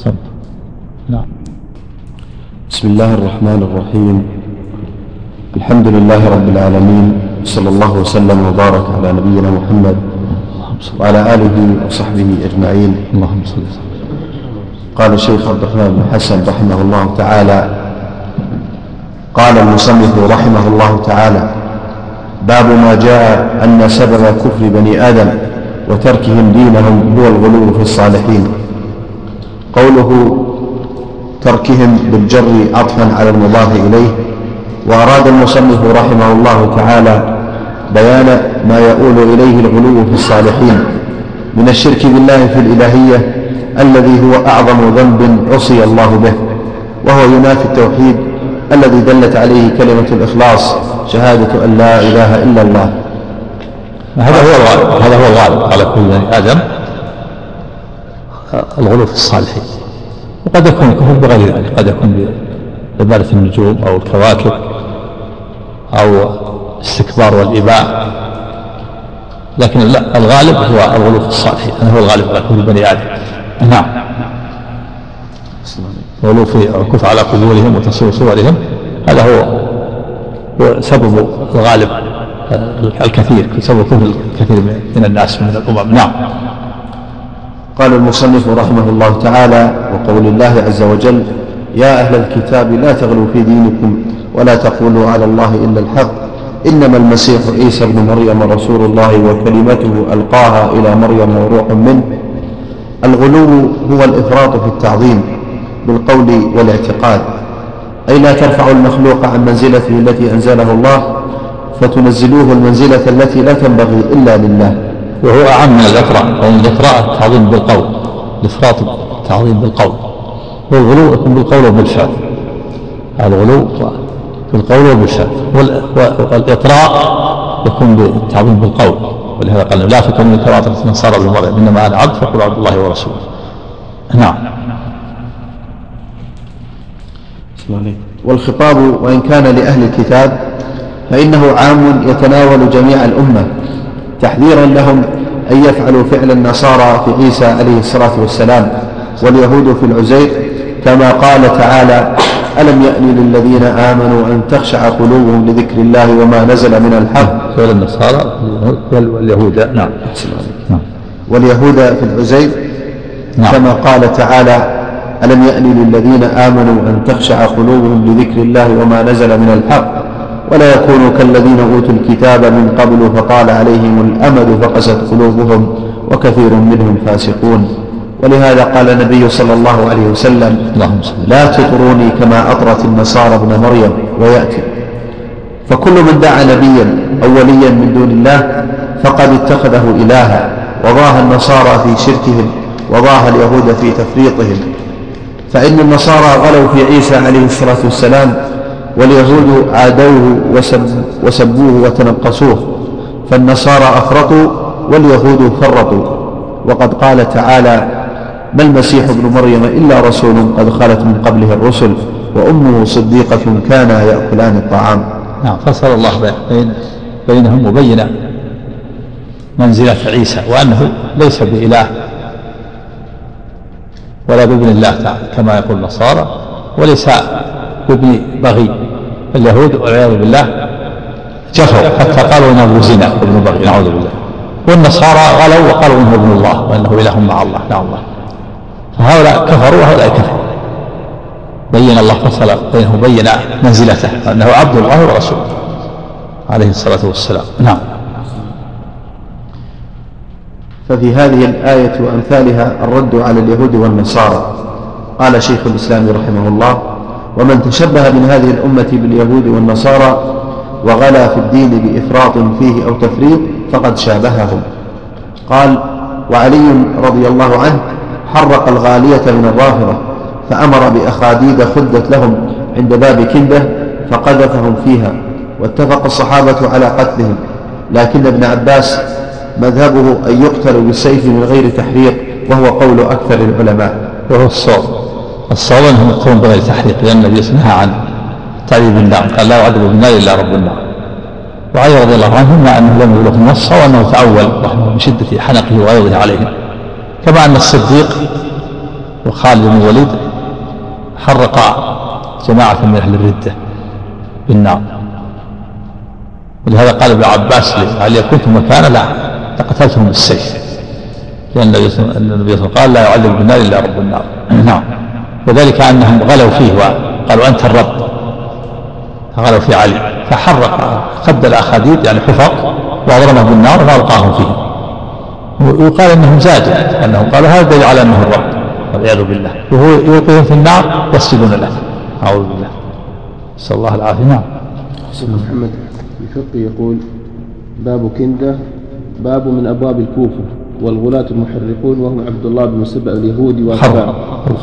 نعم. بسم الله الرحمن الرحيم. الحمد لله رب العالمين، صلى الله وسلم وبارك على نبينا محمد وعلى آله وصحبه أجمعين. اللهم صل وسلم. قال الشيخ عبد الرحمن بن حسن رحمه الله تعالى: قال المصنف رحمه الله تعالى: باب ما جاء أن سبب كفر بني آدم وتركهم دينهم هو الغلو في الصالحين. قوله تركهم بالجر عطفا على المضاف إليه. وأراد المصنف رحمه الله تعالى بيان ما يؤول إليه الغلو في الصالحين من الشرك بالله في الإلهية الذي هو أعظم ذنب عصي الله به، وهو ينافي التوحيد الذي دلت عليه كلمة الإخلاص، شهادة أن لا إله إلا الله. هذا هو الغالب على كل بني آدم، الغلو في الصالحين. وقد يكون الكفر بغير ذلك، قد يكون بعبادة النجوم أو الكواكب أو الاستكبار والإباء، لكن لا، الغالب هو الغلو في الصالحين، هذا هو الغالب على كل بني آدم. نعم. الغلو في الكفر على قبورهم وتصوير صورهم، هذا هو سبب الغالب الكثير، سبب كفر الكثير من الناس من الأمم. نعم. قال المصنف رحمه الله تعالى: وقول الله عز وجل: يا أهل الكتاب لا تغلوا في دينكم ولا تقولوا على الله إلا الحق إنما المسيح عيسى ابن مريم رسول الله وكلمته ألقاها إلى مريم وروح منه. الغلو هو الإفراط في التعظيم بالقول والاعتقاد، أي لا ترفعوا المخلوق عن منزلته التي أنزله الله فتنزلوه المنزلة التي لا تنبغي إلا لله. وهو أعم من الإطراء، أو من الإطراء التعظيم بالقول، الإفراط التعظيم بالقول، والغلو يكون بالقول وبالفعل. الغلو بالقول وبالفعل، والإطراء يكون بالتعظيم بالقول، ولهذا قال: لا تكونوا كما أطرت النصارى ابن مريم إنما أنا عبد فقولوا عبد الله ورسوله. نعم. والخطاب وإن كان لأهل الكتاب فإنه عام يتناول جميع الأمة، تحذيرا لهم أن يفعلوا فعل النصارى في عيسى عليه الصلاة والسلام واليهود في العزير، كما قال تعالى: ألم يأن للذين آمنوا أن تخشع قلوبهم لذكر الله وما نزل من الحق. فعل النصارى واليهود. نعم. واليهود في العزير. نعم. كما قال تعالى: ألم يأن للذين آمنوا أن تخشع قلوبهم لذكر الله وما نزل من الحق ولا يكونوا كالذين أوتوا الكتاب من قبل فطال عليهم الأمد فقست قلوبهم وكثير منهم فاسقون. ولهذا قال النبي صلى الله عليه وسلم: لا تطروني كما أطرت النصارى ابن مريم. ويأتي: فكل من دعا نبيا أو وليا من دون الله فقد اتخذه إلها. وضاها النصارى في شركهم وضاها اليهود في تفريطهم، فإن النصارى غلوا في عيسى عليه الصلاة والسلام، واليهود عادوه وسبوه وتنقصوه، فالنصارى أفرطوا واليهود فرطوا. وقد قال تعالى: ما المسيح ابن مريم إلا رسول قد خلت من قبله الرسل وأمه صديقة كانا يأكلان الطعام. نعم. فصل الله بينهم مبينا منزلة عيسى، وأنه ليس بإله ولا بابن الله تعالى كما يقول النصارى، وليس بابن بغي. اليهود والعياذ بالله جفوا حتى قالوا انه ابن زنا ابن بغي، نعوذ بالله. والنصارى غلوا وقالوا انه ابن الله وانه اله مع الله، نعم الله. فهؤلاء كفروا وهؤلاء كفروا. بين الله، فصل بينه، بين منزلته انه عبد الله ورسوله عليه الصلاه والسلام. نعم. ففي هذه الآية وأمثالها الرد على اليهود والنصارى. قال شيخ الإسلام رحمه الله: ومن تشبه من هذه الأمة باليهود والنصارى وغلا في الدين بإفراط فيه أو تفريط فقد شابههم. قال: وعلي رضي الله عنه حرق الغالية من الرافضة فأمر بأخاديد خدت لهم عند باب كندة فقذفهم فيها، واتفق الصحابة على قتلهم، لكن ابن عباس مذهبه أن يقتل بالسيف من غير تحريق، وهو قول أكثر العلماء. وهو الصواب أنهم يقتلون بغير تحريق، لأن النبي نهى عن تعذيب النار، قال: لا يعذب بالنار إلا رب النار. وعلي رضي الله عنه مع أنه لم يبلغ النص وأنه تأول رحمه من شدة حنقه وغيظه عليهم، كما أن الصديق وخالد بن الوليد حرق جماعة من أهل الردة بالنار. ولهذا قال ابن عباس هل كنت مكانه لا لقتلتهم بالسيف، لأن النبي صلى الله عليه وسلم قال لا يعذب بالنار إلا رب النار. نعم. وذلك أنهم غلوا فيه وقالوا أنت الرب، فغلوا في علي فحرق خد الأخاديد يعني حفر وأضرمه بالنار فألقاهم فيه. ويقال أنهم زادوا أنهم قالوا هذا دليل على أنه الرب والعياذ بالله، وهو يلقيهم في النار يسجدون له. أعوذ بالله، نسأل الله العافية. نعم. محمد الفقي يقول باب كندة، باب من أبواب الكوفة، والغلاة المحرقون وهم عبد الله بن سبأ اليهودي وأتباعه.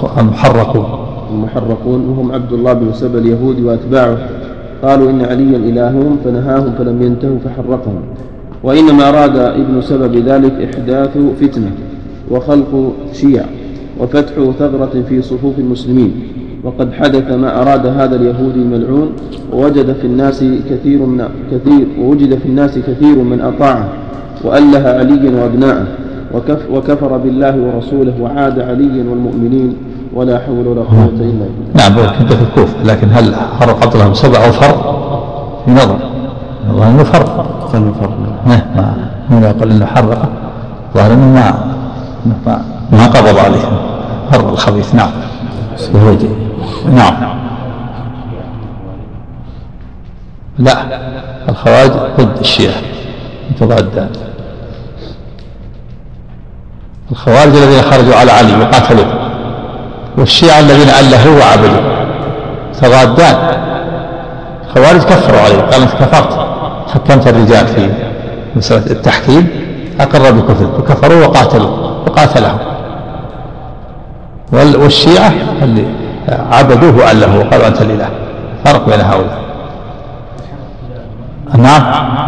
المحرقون وهم عبد الله بن سبأ اليهودي وأتباعه قالوا إن عليا إلههم فنهاهم فلم ينتهوا فحرقهم، وإنما أراد ابن سبأ بذلك إحداث فتنة وخلق شيع وفتح ثغرة في صفوف المسلمين، وقد حدث ما أراد هذا اليهودي الملعون، ووجد في الناس كثير من أطاعه وأله عليا وأبناءه وكفر بالله ورسوله وعاد عليا والمؤمنين، ولا حول ولا قوة إلا بالله. نعم. كنت في الكوفة، لكن هل حرق عبد الله بن سبأ أو فر في نظر؟ والله إنه فر. ما يقول إنه حرق، ظاهر إنه ما قبض عليه فر الخبيث. نعم. نعم. لا، الخوارج ضد الشيعة متضادان. الخوارج الذين خرجوا على علي وقاتلوه، والشيعة الذين ألهوا وعبدوا تضادان. الخوارج كفروا عليه، قال أنت كفرت، حكمت الرجال في مسألة التحكيم، أقر بالكفر فكفروا وقاتلهم. والشيعة اللي عبدوه وألهوا وقالوا أنت الإله. فرق بين هؤلاء. نعم.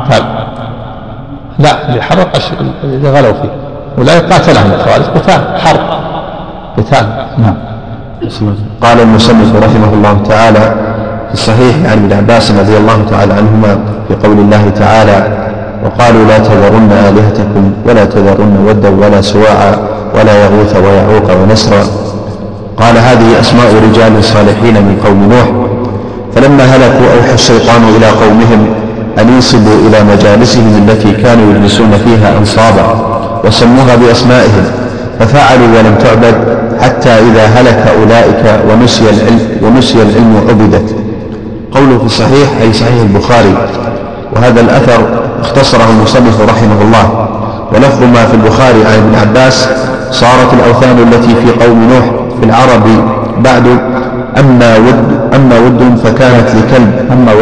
لا، اللي حرق اللي غلوا فيه، ولا يقاتلهم الخوارج قتال. نعم. قال المصنف رحمه الله تعالى في الصحيح عن ابن عباس رضي الله تعالى عنهما في قول الله تعالى وقالوا لا تذرن آلهتكم ولا تذرن ودا ولا سواعا ولا يغوث ويعوق ونسرا. قال هذه أسماء رجال صالحين من قوم نوح، فلما هلكوا أوحى الشيطان إلى قومهم أن ينصبوا إلى مجالسهم التي كانوا يجلسون فيها أنصابا وسموها بأسمائهم، ففعلوا ولم تعبد حتى إذا هلك أولئك ونسي العلم عبدت. قوله في الصحيح أي صحيح البخاري. وهذا الأثر اختصره المصنف رحمه الله، ولفظ ما في البخاري عن ابن عباس صارت الأوثان التي في قوم نوح في العرب بعد أما ود فكانت لكلب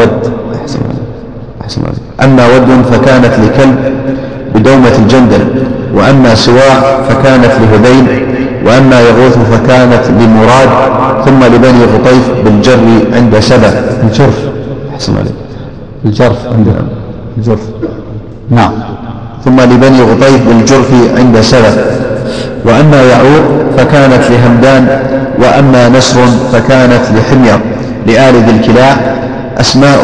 أما ود فكانت لكلب بدومة الجندل، وأما سواع فكانت لهذيل، وأما يغوث فكانت لمراد، ثم لبني غطيف بالجر عند سبأ. الجرف. نعم. ثم لبني غطيف بالجرف عند سبأ. وأما يعوق فكانت لهمدان، وأما نسر فكانت لحمير لآل ذي الكلاء أسماء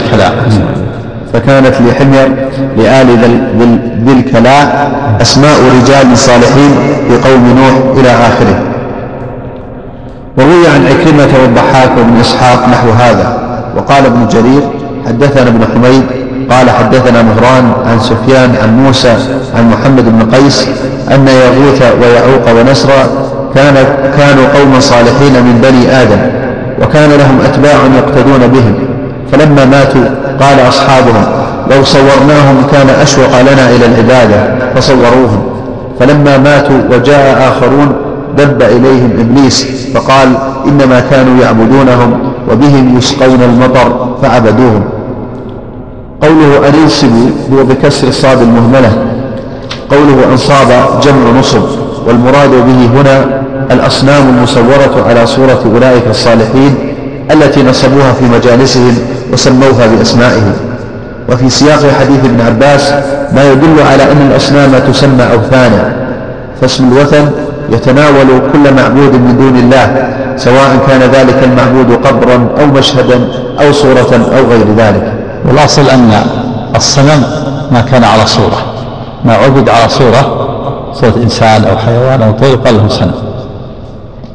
فكانت لحمير لآل ذي الكلاء أسماء رجال صالحين في قوم نوح إلى آخره. وروي عن عكرمة والضحاك وابن إسحاق نحو هذا. وقال ابن جرير حدثنا ابن حميد قال حدثنا مهران عن سفيان عن موسى عن محمد بن قيس أن يغوث ويعوق ونسرا كانوا قوما صالحين من بني آدم، وكان لهم أتباع يقتدون بهم، فلما ماتوا قال أصحابهم لو صورناهم كان أشوق لنا إلى العبادة، فصوروهم. فلما ماتوا وجاء آخرون دب إليهم إبليس فقال إنما كانوا يعبدونهم وبهم يسقون المطر فعبدوهم. قوله أن ينصبوا هو بكسر الصاد المهملة. قوله أنصاب جمع نصب، والمراد به هنا الأصنام المصورة على صورة أولئك الصالحين التي نصبوها في مجالسهم وسموها بأسمائهم. وفي سياق حديث ابن عباس ما يدل على أن الأصنام تسمى أوثانا، فاسم الوثن يتناول كل معبود من دون الله، سواء كان ذلك المعبود قبرا أو مشهدا أو صورة أو غير ذلك. والأصل أن الصنم ما كان على صورة، ما عبد على صورة إنسان أو حيوان أو طير قال له صنم.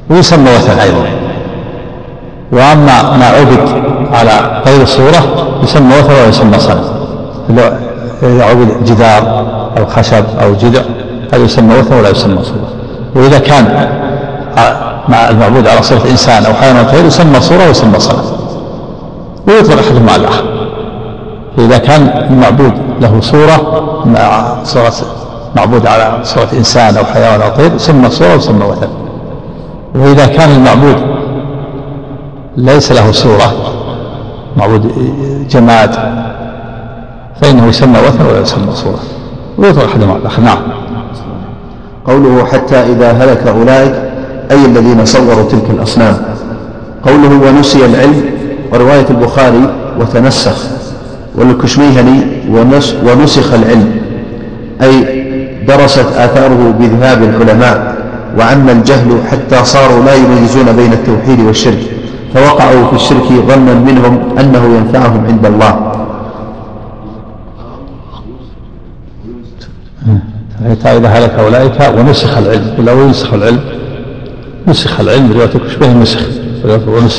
ويسمى وثن أيضا. وأما ما عبد على غير صورة يسمى وثن ولا يسمى صنم. إذا عبد جدار أو خشب أو جذع هذا يسمى وثن ولا يسمى صورة. وإذا كان مع المعبود على صورة إنسان أو حيوان أو طير يسمى صورة ويسمى صنم، ويطلق أحدهما على الآخر. فإذا كان المعبود له صورة مع صورة معبود على صورة إنسان أو حيوان أو طير يسمى صورة ويسمى وثن. وإذا كان المعبود ليس له صورة، معبود جماد، فإنه يسمى وثن ولا يسمى صورة، ويطلق أحدهما على الآخر. نعم. قوله حتى إذا هلك أولئك أي الذين صوروا تلك الأصنام. قوله ونسي العلم، ورواية البخاري وتنسخ، والكشميهني ونسخ العلم أي درست آثاره بذهاب العلماء، وعم الجهل حتى صاروا لا يميزون بين التوحيد والشرك، فوقعوا في الشرك ظنا منهم أنه ينفعهم عند الله. حتى إذا هلك أولئك ونسخ العلم، ولا ينسخ العلم، نسخ العلم رواية الكشميه نسخ ونسخ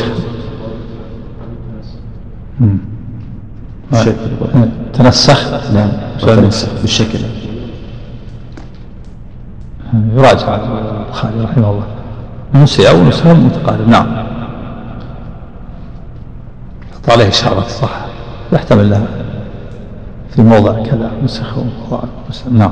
تنسخ. نعم تنسخ بالشكل. يراجع البخاري رحمه الله، نسي أو نسخ متقارب. نعم. حط عليه إشارة صح، يحتمل لها في موضع كذا نسخ. نعم.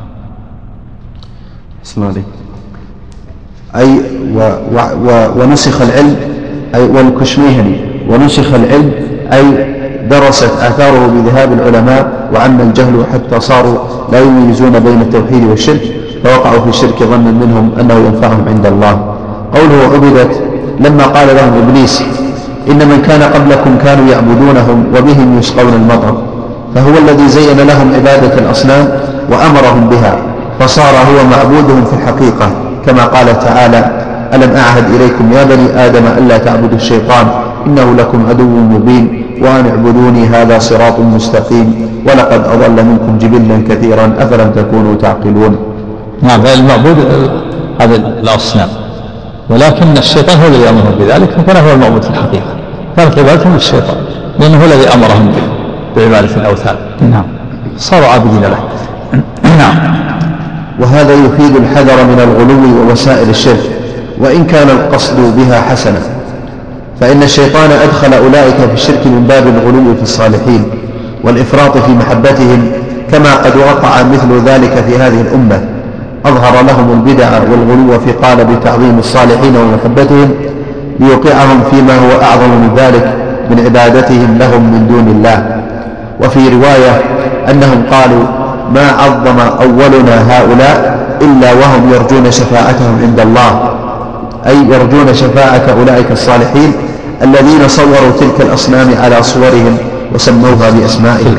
اسمع لي. أي ونسخ العلم أي والكشميهني ونسخ العلم أي درست آثاره بذهاب العلماء، وعم الجهل حتى صاروا لا يميزون بين التوحيد والشرك، فوقعوا في الشرك ظنا منهم أنه ينفعهم عند الله. قوله عبدت لما قال لهم إبليس إن من كان قبلكم كانوا يعبدونهم وبهم يسقون المطر، فهو الذي زين لهم عبادة الأصنام وأمرهم بها، فصار هو معبودهم في الحقيقة، كما قال تعالى ألم أعهد إليكم يا بني آدم ألا تعبدوا الشيطان إنه لكم عدو مبين وأن اعبدوني هذا صراط مستقيم ولقد أضل منكم جبلا كثيرا أفلم تكونوا تعقلون. نعم. المعبود هذا الأصنام، ولكن الشيطان هو الذي يأمرهم بذلك، فكان هو المعبود في الحقيقة، كانت عبادتهم للشيطان لأنه هو الذي أمرهم بعبادة الأوثان. نعم. صاروا عابدين له. نعم. وهذا يفيد الحذر من الغلو ووسائل الشرك، وإن كان القصد بها حسنا، فإن الشيطان أدخل أولئك في الشرك من باب الغلو في الصالحين والإفراط في محبتهم، كما قد وقع مثل ذلك في هذه الأمة، أظهر لهم البدع والغلو في قالب تعظيم الصالحين ومحبتهم ليوقعهم فيما هو أعظم من ذلك من عبادتهم لهم من دون الله. وفي رواية أنهم قالوا ما عظم أولنا هؤلاء إلا وهم يرجون شفاعتهم عند الله، أي يرجون شفاعة أولئك الصالحين الذين صوروا تلك الأصنام على صورهم وسموها بأسمائهم.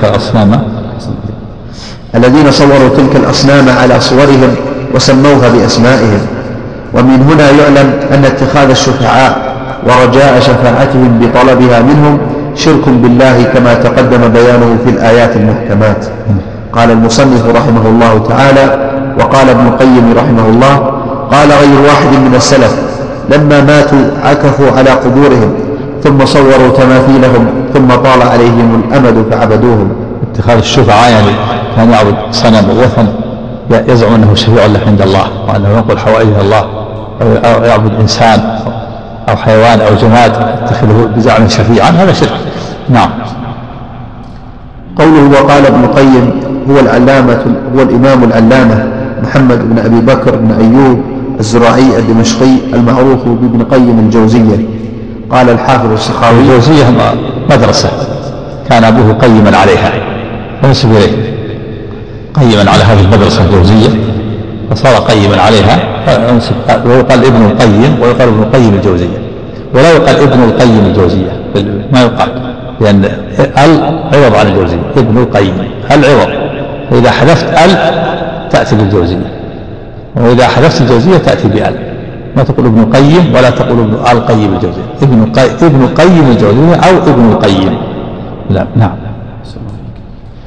الذين صوروا تلك الأصنام على صورهم وسموها بأسمائهم. ومن هنا يعلم أن اتخاذ الشفعاء ورجاء شفاعتهم بطلبها منهم شرك بالله، كما تقدم بيانه في الآيات المحكمات. قال المصنف رحمه الله تعالى وقال ابن القيم رحمه الله قال غير واحد من السلف لما ماتوا عكفوا على قبورهم ثم صوروا تماثيلهم ثم طال عليهم الأمد فعبدوهم. اتخاذ الشفعاء يعني كان يعبد صنم ووثن يزعم أنه شفيع له عند الله وأنه ينقل حوائج الله، أو يعبد إنسان أو حيوان أو جماد يتخذه بزعم شفيعا، هذا شرك. نعم. قوله وقال ابن القيم هو الإمام العلامة محمد بن أبي بكر بن أيوب الزراعي الدمشقي المعروف بابن قيم الجوزية. قال الحافظ السخاوي الجوزية مدرسة كان أبوه قيما عليها فنسب إليه قيما على هذه المدرسة الجوزية فصار قيما عليها، ويقال ابن القيم ويقال ابن القيم الجوزية، ولا يقال ابن القيم الجوزية، ما يقال، لأن عوض عن الجوزية ابن القيم العوض، فإذا حذفت تأتي بالجوزية، وإذا حذفت الجوزية تأتي بأل، ما تقول ابن القيم ولا تقول ابن القيم الجوزية، ابن القيم الجوزية أو ابن القيم. لا. نعم.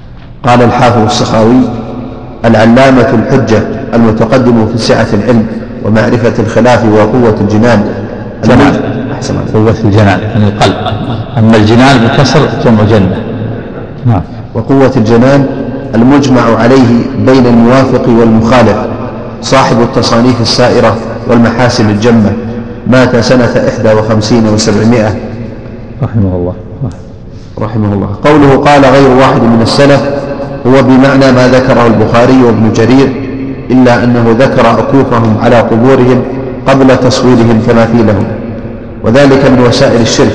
قال الحافظ السخاوي العلامة الحجة المتقدم في سعة العلم ومعرفة الخلاف وقوة الجنان. قوة الجنان من القلب، أما الجنان بكسر جمع جنة. نعم. وقوة الجنان المجمع عليه بين الموافق والمخالف، صاحب التصانيف السائرة والمحاسن الجمة، مات سنة 51 و700 رحمه الله. قوله قال غير واحد من السلف هو بمعنى ما ذكره البخاري وابن جرير، إلا أنه ذكر عكوفهم على قبورهم قبل تصويرهم تماثيلهم، وذلك من وسائل الشرك.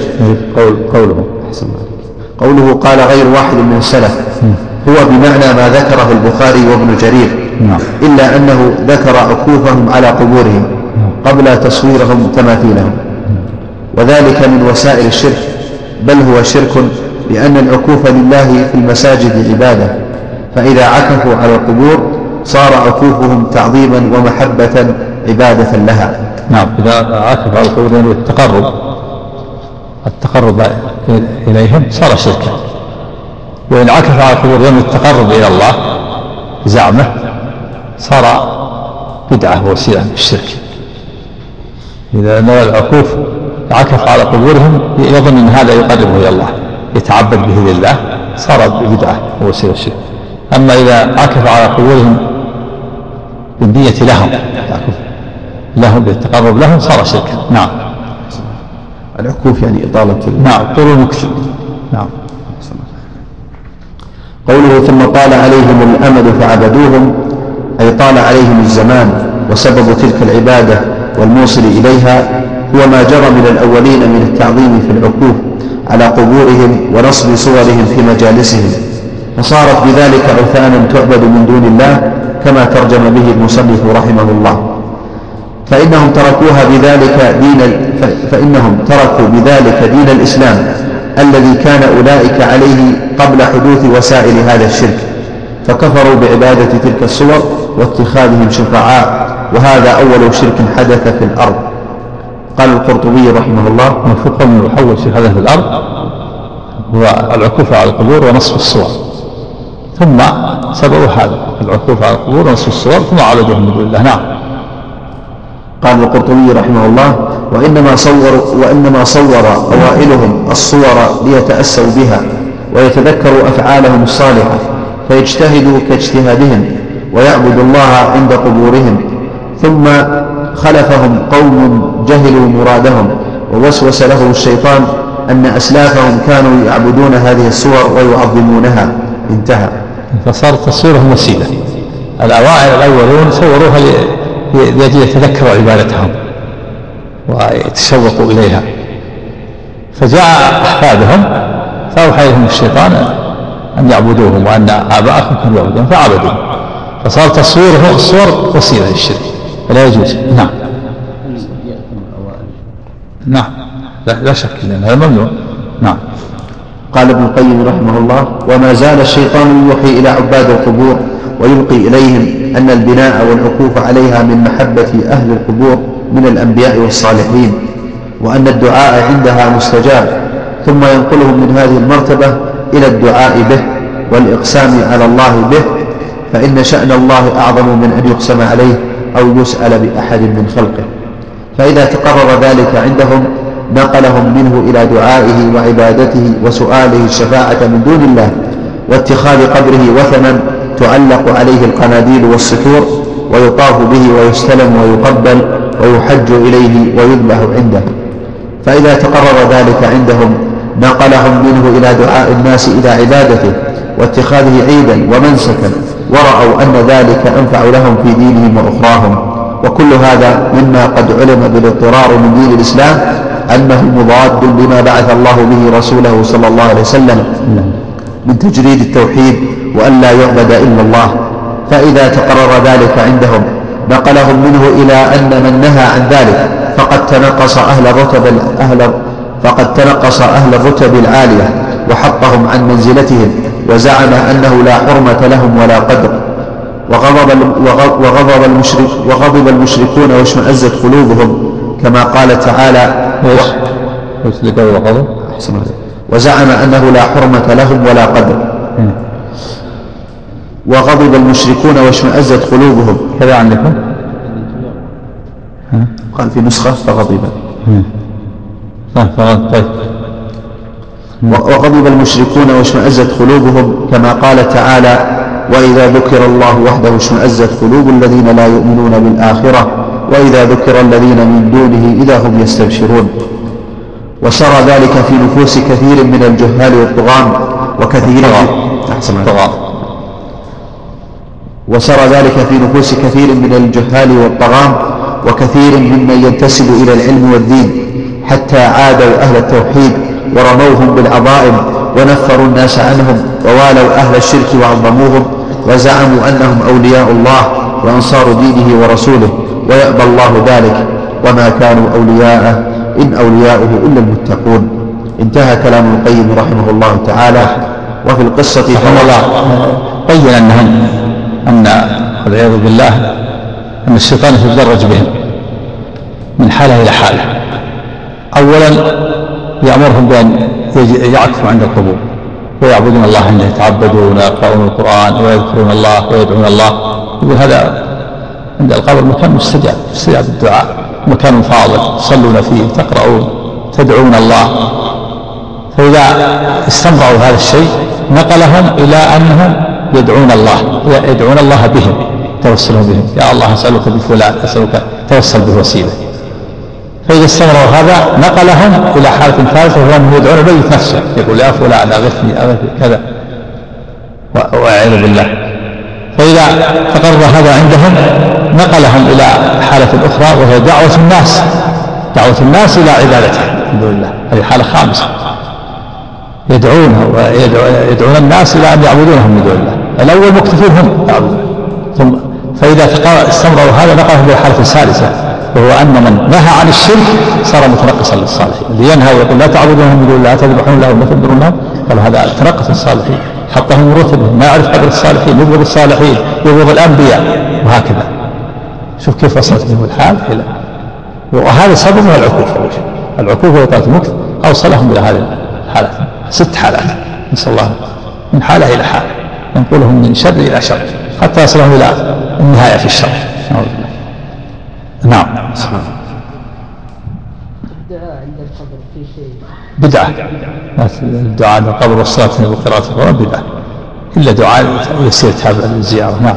قوله قال غير واحد من السلف هو بمعنى ما ذكره البخاري وابن جرير، إلا أنه ذكر عكوفهم على قبورهم قبل تصويرهم تماثيلهم، وذلك من وسائل الشرك، بل هو شرك، لأن العكوف لله في المساجد عبادة، فإذا عكفوا على القبور صار عكوفهم تعظيما ومحبة عبادة لها. نعم. إذا عكف على القبور يعني التقرب إليهم صار شركا، وإن عكف على القبور يعني التقرب إلى الله زعمه صار بدعة ووسيلة الشرك. إذا نوى العكوف عكف على قبورهم يظن أن هذا يقربه إلى الله، يتعبد به لله، صار بدعة ووسيلة الشرك. أما إذا عكف على قبورهم بالنية لهم بالتقرب لهم صار شركا. نعم. العكوف يعني إطالة طول المكث. نعم. قوله ثم طال عليهم الأمد فعبدوهم، أي طال عليهم الزمان، وسبب تلك العبادة والموصل إليها هو ما جرى من الأولين من التعظيم في العكوف على قبورهم ونصب صورهم في مجالسهم، فصارت بذلك أوثانا تعبد من دون الله، كما ترجم به المصنف رحمه الله. فإنهم تركوا بذلك دين الإسلام الذي كان أولئك عليه قبل حدوث وسائل هذا الشرك، فكفروا بعبادة تلك الصور واتخاذهم شفعاء، وهذا أول شرك حدث في الأرض. قال القرطبي رحمه الله: مفهوم من أول شرك حدث في الأرض هو العكوف على القبور ونصب الصور، ثم سببوا هذا العكوف على القبور ونصب الصور ثم عبدوهم من دون الله. نعم. قال القرطبي رحمه الله: وإنما صور أوائلهم الصور ليتأسوا بها ويتذكروا أفعالهم الصالحة فيجتهدوا كاجتهادهم ويعبدوا الله عند قبورهم، ثم خلفهم قوم جهلوا مرادهم ووسوس لهم الشيطان أن أسلافهم كانوا يعبدون هذه الصور ويعظمونها. انتهى. فصارت تصويرهم وسيلة. الأوائل الأولون صوروها لأجل يتذكروا عبادتهم ويتشوقوا إليها، فجاء أحفادهم فأوحى لهم الشيطان أن يعبدوهم وأن آباءهم كانوا يعبدون فعبدوهم، فصار تصويرهم الصور وسيلة للشرك فلا يجوز. نعم. نعم لا شك أن هذا ممنوع. نعم. قال ابن القيم رحمه الله: وما زال الشيطان يوحي إلى عباد القبور ويلقي إليهم أن البناء والعكوف عليها من محبة أهل القبور من الأنبياء والصالحين، وأن الدعاء عندها مستجاب، ثم ينقلهم من هذه المرتبة إلى الدعاء به والإقسام على الله به، فإن شأن الله أعظم من أن يقسم عليه أو يسأل بأحد من خلقه. فإذا تقرر ذلك عندهم نقلهم منه إلى دعائه وعبادته وسؤاله الشفاعة من دون الله، واتخاذ قبره وثنا تعلق عليه القناديل والسطور، ويطاف به ويستلم ويقبل ويحج إليه ويذبح عنده. فإذا تقرر ذلك عندهم نقلهم منه إلى دعاء الناس إلى عبادته واتخاذه عيدا ومنسكا، ورأوا أن ذلك أنفع لهم في دينهم وأخراهم. وكل هذا مما قد علم بالاضطرار من دين الإسلام أنه مضاد لما بعث الله به رسوله صلى الله عليه وسلم من تجريد التوحيد وأن لا يعبد إلا الله. فإذا تقرر ذلك عندهم نقلهم منه إلى أن من نهى عن ذلك فقد تنقص أهل الرتب العالية وحطهم عن منزلتهم، وزعم أنه لا حرمة لهم ولا قدر. وغضب المشركون واشمأزت قلوبهم، كما قال تعالى: وزعم أنه لا حرمة لهم ولا قدر. وغضب المشركون واشمأزت قلوبهم. كذا عندكم قال في نسخة فغضب. طيب. وغضب المشركون واشمأزت قلوبهم كما قال تعالى: وإذا ذكر الله وحده اشمأزت قلوب الذين لا يؤمنون بالآخرة وإذا ذكر الذين من دونه إذا هم يستبشرون. وسرى ذلك في نفوس كثير من الجهال والطغاة وسرى ذلك في نفوس كثير من الجهال والطغاة وكثير ممن ينتسب إلى العلم والدين، حتى عادوا أهل التوحيد ورموهم بالعظائم ونفروا الناس عنهم ووالوا أهل الشرك وعظموهم وزعموا أنهم أولياء الله وأنصار دينه ورسوله، ويأبى الله ذلك وما كانوا أولياءه إن أولياؤه إلا المتقون. انتهى كلام القيم رحمه الله تعالى. وفي القصة رحمه الله بين أن والعياذ بالله أن الشيطان يتدرج بهم من حالة إلى حالة. أولا يأمرهم بأن يعكفوا عند القبور ويعبدون الله عنده، يتعبدون ويقرؤون القرآن ويذكرون الله ويدعون الله. يقول هذا عند القبر مكان مستجاب الدعاء، مكان فاضل تصلون فيه، تقرؤون، تدعون الله. فإذا استمروا هذا الشيء نقلهم إلى أنهم يدعون الله بهم، توسلهم بهم. يا الله أسألك بفلان، أسألك توسل بوسيلة. فإذا استمروا هذا نقلهم إلى حالة ثالثة وهو أنهم يدعون الميت نفسه، يقول يا فلان أغثني كذا والعياذ بالله. فإذا تقرر هذا عندهم نقلهم إلى حالة أخرى وهي دعوة الناس إلى عبادته الحمد لله. هذه حالة خامسة، يدعون الناس إلى أن يعبدونهم من دون الله. الأول مكتفين هم يعبدون، ثم فإذا استمروا هذا نقلهم إلى حالة ثالثة وهو أن من نهى عن الشرك صار متنقصا للصالحين. اللي ينهى ويقول لا تعبدونهم من دون الله، لا تذبحون لهم ولا تنذرونهم، قال هذا تنقص الصالحين، حطهم من رتبهم، ما يعرف قدر الصالحين، يبغض الصالحين، يبغض الأنبياء، وهكذا. شوف كيف وصلت بهم الحال وهذا سبب من العقوق وإطالة المكث أوصلهم إلى هذه الحالات 6 حالات، نسأل الله من حالة إلى حالة ينقلهم من شر إلى شر حتى يصلهم إلى النهاية في الشر. نعم. الدعاء عند القبر في شيء بدعة، الدعاء عند القبر والصلاة وقراءة القرآن بدعة، إلا دعاء يسير تابع للزيارة. نعم.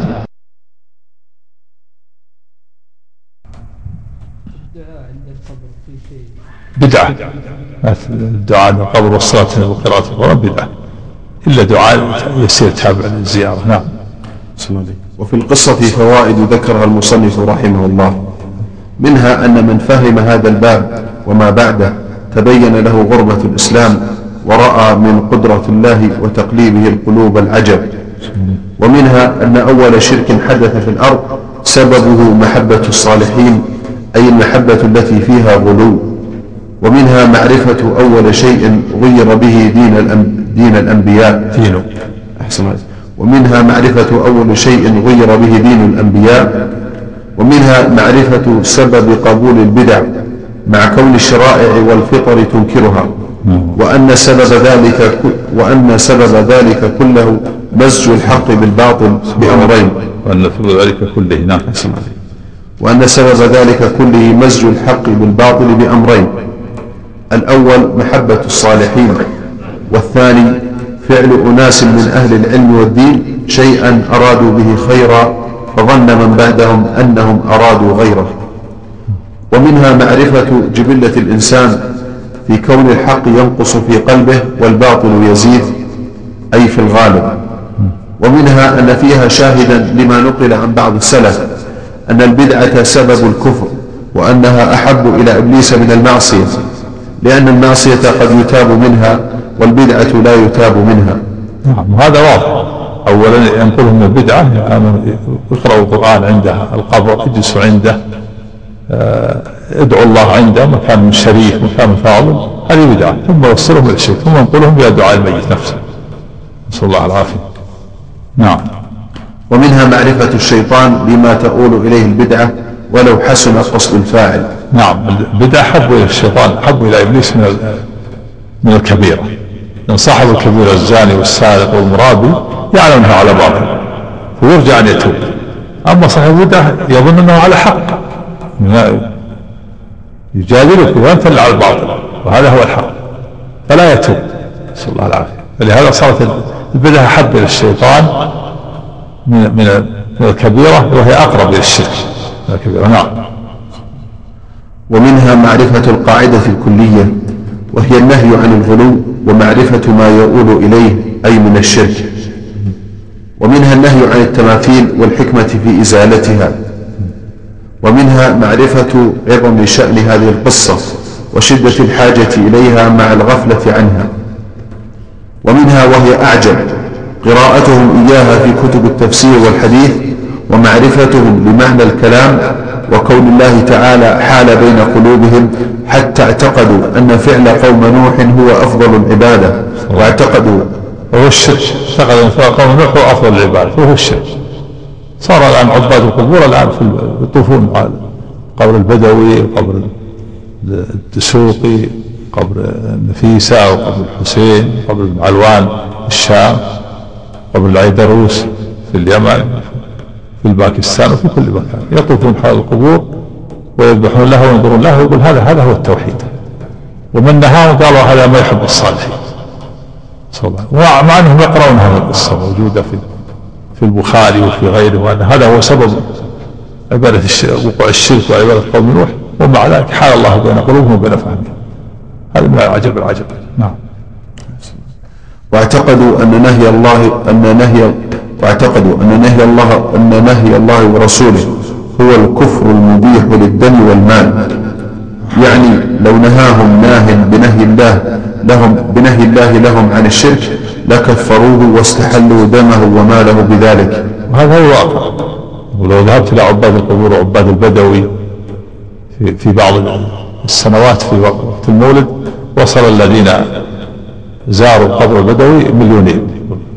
الدعاء عند القبر في شيء بدعة، الدعاء عند القبر والصلاة وقراءة القرآن بدعة، إلا دعاء يسير تابع للزيارة. نعم. وفي القصة فوائد ذكرها المصنف رحمه الله، منها أن من فهم هذا الباب وما بعده تبين له غربة الإسلام ورأى من قدرة الله وتقليبه القلوب العجب. ومنها أن أول شرك حدث في الأرض سببه محبة الصالحين، أي المحبة التي فيها غلو. ومنها معرفة أول شيء غير به دين الأنبياء. ومنها معرفة أول شيء غير به دين الأنبياء. ومنها معرفة سبب قبول البدع مع كون الشرائع والفطر تنكرها، وأن سبب ذلك كله مزج الحق بالباطل بأمرين. وأن سبب ذلك كله مزج الحق بالباطل بأمرين: الأول محبة الصالحين، والثاني فعل أناس من أهل العلم والدين شيئا أرادوا به خيرا فظن من بعدهم أنهم أرادوا غيره. ومنها معرفة جبلة الإنسان في كون الحق ينقص في قلبه والباطل يزيد، أي في الغالب. ومنها أن فيها شاهدا لما نقل عن بعض السلف أن البدعة سبب الكفر، وأنها أحب إلى إبليس من المعصية، لأن المعصية قد يتاب منها والبدعة لا يتاب منها. نعم، وهذا واضح. أولا ينقلهم من البدعة، يقرأوا القرآن عنده القبر، يجلسوا عنده، ادعوا الله عنده، مكان شريف، مكان فاضل، هذه بدعة. ثم يوصلهم إلى الشرك، ثم ينقلهم إلى دعاء الميت نفسه، نسأل الله العافية. نعم. ومنها معرفة الشيطان بما تؤول إليه البدعة ولو حسن قصد الفاعل. نعم، البدعة حب إلى الشيطان، حب إلى إبليس من الكبيرة. لأن صاحب الكبيرة الزاني والسارق والمرابي يعلم أنه على باطل فيرجع أن يتوب. أما صاحب البدعة يظن أنه على حق، يجادلك وينتل على الباطل، وهذا هو الحق، فلا يتوب، نسأل الله العافية. فلهذا صارت البدعة أحب إلى الشيطان من الكبيرة، وهي أقرب إلى الشرك من الكبيرة. نعم. ومنها معرفة القاعدة الكلية، وهي النهي عن الغلو ومعرفة ما يؤول إليه أي من الشرك. ومنها النهي عن التماثيل والحكمة في إزالتها. ومنها معرفة عظم شأن هذه القصة وشدة الحاجة إليها مع الغفلة عنها. ومنها وهي أعجب قراءتهم إياها في كتب التفسير والحديث، ومعرفتهم بمعنى الكلام، وقول الله تعالى حال بين قلوبهم حتى اعتقدوا أن فعل قوم نوح هو أفضل العبادة، واعتقدوا وهو الشرك، اعتقدوا أن فعل قوم نوح هو أفضل العبادة وهو الشرك. صار الآن عباد القبور الآن يطوفون على قبر البدوي وقبر الدسوقي، قبر النفيسة وقبر الحسين، قبر ابن علوان في الشام، قبر العيدروس في اليمن، في باكستان، وفي كل مكان يطوفون حول القبور ويذبحون له وينظرون له، ويقول هذا هو التوحيد. ومن نهاهم قالوا هذا ما يحب الصالحين، ومع أنهم يقرؤون هذه القصة موجودة في البخاري وفي غيره، وأن هذا هو سبب عبادة وقوع الشرك وعبادة قوم نوح، ومع ذلك حال الله بين قلوبهم وبين فهمهم. هذا من العجب العجب. نعم. واعتقدوا أن نهي الله ورسوله هو الكفر المبيح للدم والمال، يعني لو نهاهم بنهي الله لهم عن الشرك لكفروه واستحلوا دمه وماله بذلك. وهذا هو الواقع. ولو ذهبت إلى عباد القبور وعباد البدوي في بعض السنوات في وقت المولد، وصل الذين زاروا قبر البدوي 2 مليون،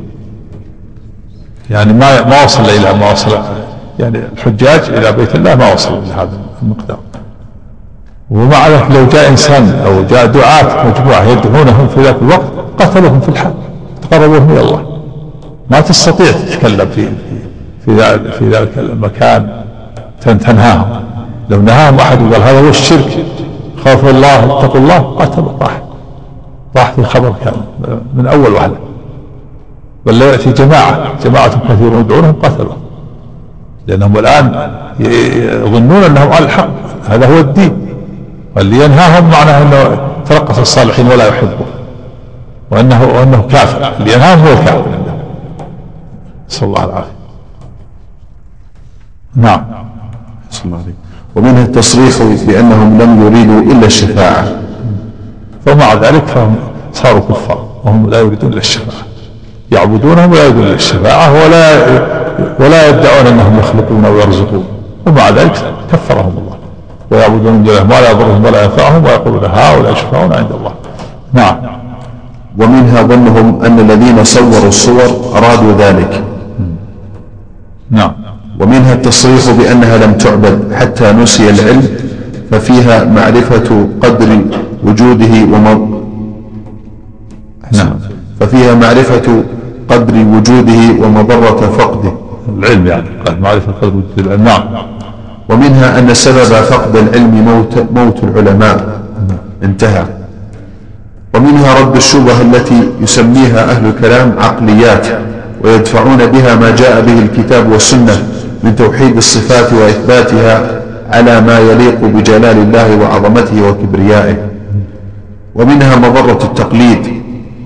يعني ما وصل إلى ما وصل، يعني الحجاج إلى بيت الله ما وصل إلى هذا المقدار. ومع ذلك لو جاء إنسان أو جاء دعاة مجموعة يدعونهم في ذاك الوقت قتلوهم في الحال، تقربوهم إلى الله. ما تستطيع تتكلم في ذلك المكان تنهاهم. لو نهاهم أحد وقال هذا هو الشرك، خافوا الله اتقوا الله، قتلوا، راح في الخبر كان من أول وهلة. بل لا يأتي جماعة كثيرون يدعونهم قتلوا، لأنهم الآن يظنون أنهم على الحق، هذا هو الدين. واللي ينهاهم معناه أنه ترقص الصالحين ولا يحبه، وأنه كافر. اللي ينهاهم هو الكافر. نسأل الله العافية. نعم. ومنها التصريح بأنهم لم يريدوا إلا الشفاعة، فمع ذلك فهم صاروا كفار وهم لا يريدون إلا الشفاعة، يعبدونهم ولا يريدون إلا الشفاعة، ولا يدعون أنهم يخلقون ويرزقون، ومع ذلك كفرهم الله. ويعبدون من دونه ما لا يضرهم ولا ينفعهم، ويقولون هؤلاء يشفعون عند الله. نعم. ومنها ظنهم أن الذين صوروا الصور أرادوا ذلك. نعم. ومنها التصريح بأنها لم تعبد حتى نسي العلم، ففيها معرفة قدر وجوده ومضرة فقده. العلم يعني معرفة قدر وجود العلم. نعم. ومنها أن سبب فقد العلم موت العلماء. انتهى. ومنها رد الشبهة التي يسميها أهل الكلام عقليات، ويدفعون بها ما جاء به الكتاب والسنة من توحيد الصفات وإثباتها على ما يليق بجلال الله وعظمته وكبريائه. ومنها مضرة التقليد.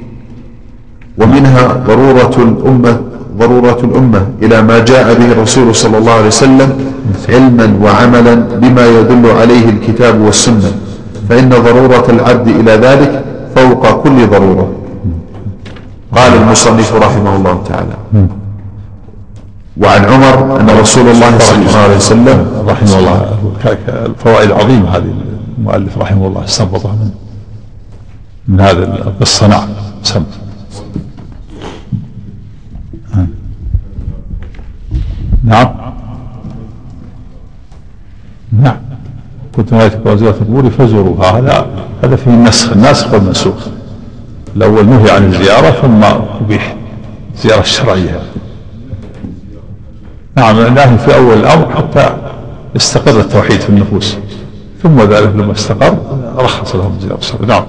ومنها ضرورة الأمة إلى ما جاء به الرسول صلى الله عليه وسلم علما وعملا بما يدل عليه الكتاب والسنة، فإن ضرورة العبد إلى ذلك فوق كل ضرورة. قال المصنف رحمه الله تعالى: وعن عمر أن رسول الله صلى الله عليه وسلم رحمه الله، الفوائد العظيمة هذه المؤلف رحمه الله استنبطها من هذا القصة. نعم. سم. نعم. كنتم آياتكم وزيارة القبور فزوروها، هذا فيه الناسخ والمنسوخ. الأول نهي عن الزيارة ثم أبيح الزيارة الشرعية. نعم. النهي في أول الأمر حتى يستقر التوحيد في النفوس، ثم ذلك لما استقر رخص لهم زيارة الصلاة. نعم.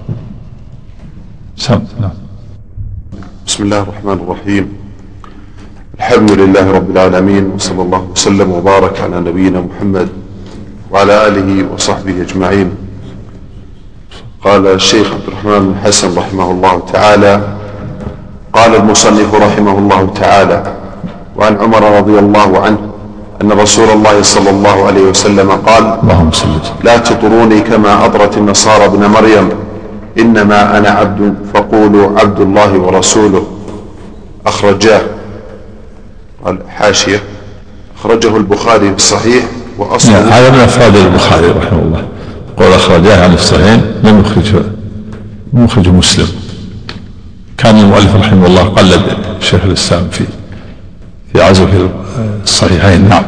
نعم. بسم الله الرحمن الرحيم. الحمد لله رب العالمين، وصلى الله وسلم وبارك على نبينا محمد وعلى آله وصحبه أجمعين. قال الشيخ عبد الرحمن بن حسن رحمه الله تعالى: قال المصنف رحمه الله تعالى: وعن عمر رضي الله عنه أن رسول الله صلى الله عليه وسلم قال: لا تطروني كما أطرت النصارى ابن مريم، إنما أنا عبد فقولوا عبد الله ورسوله. أخرجاه. قال حاشية: أخرجه البخاري في الصحيح وأصله. هذا من أفراد البخاري رحمه الله، قول أخرجاه عن الصحيحين لم يخرجه مسلم. كان المؤلف رحمه الله قلد شيخ الإسلام في عزف الصحيحين. نعم.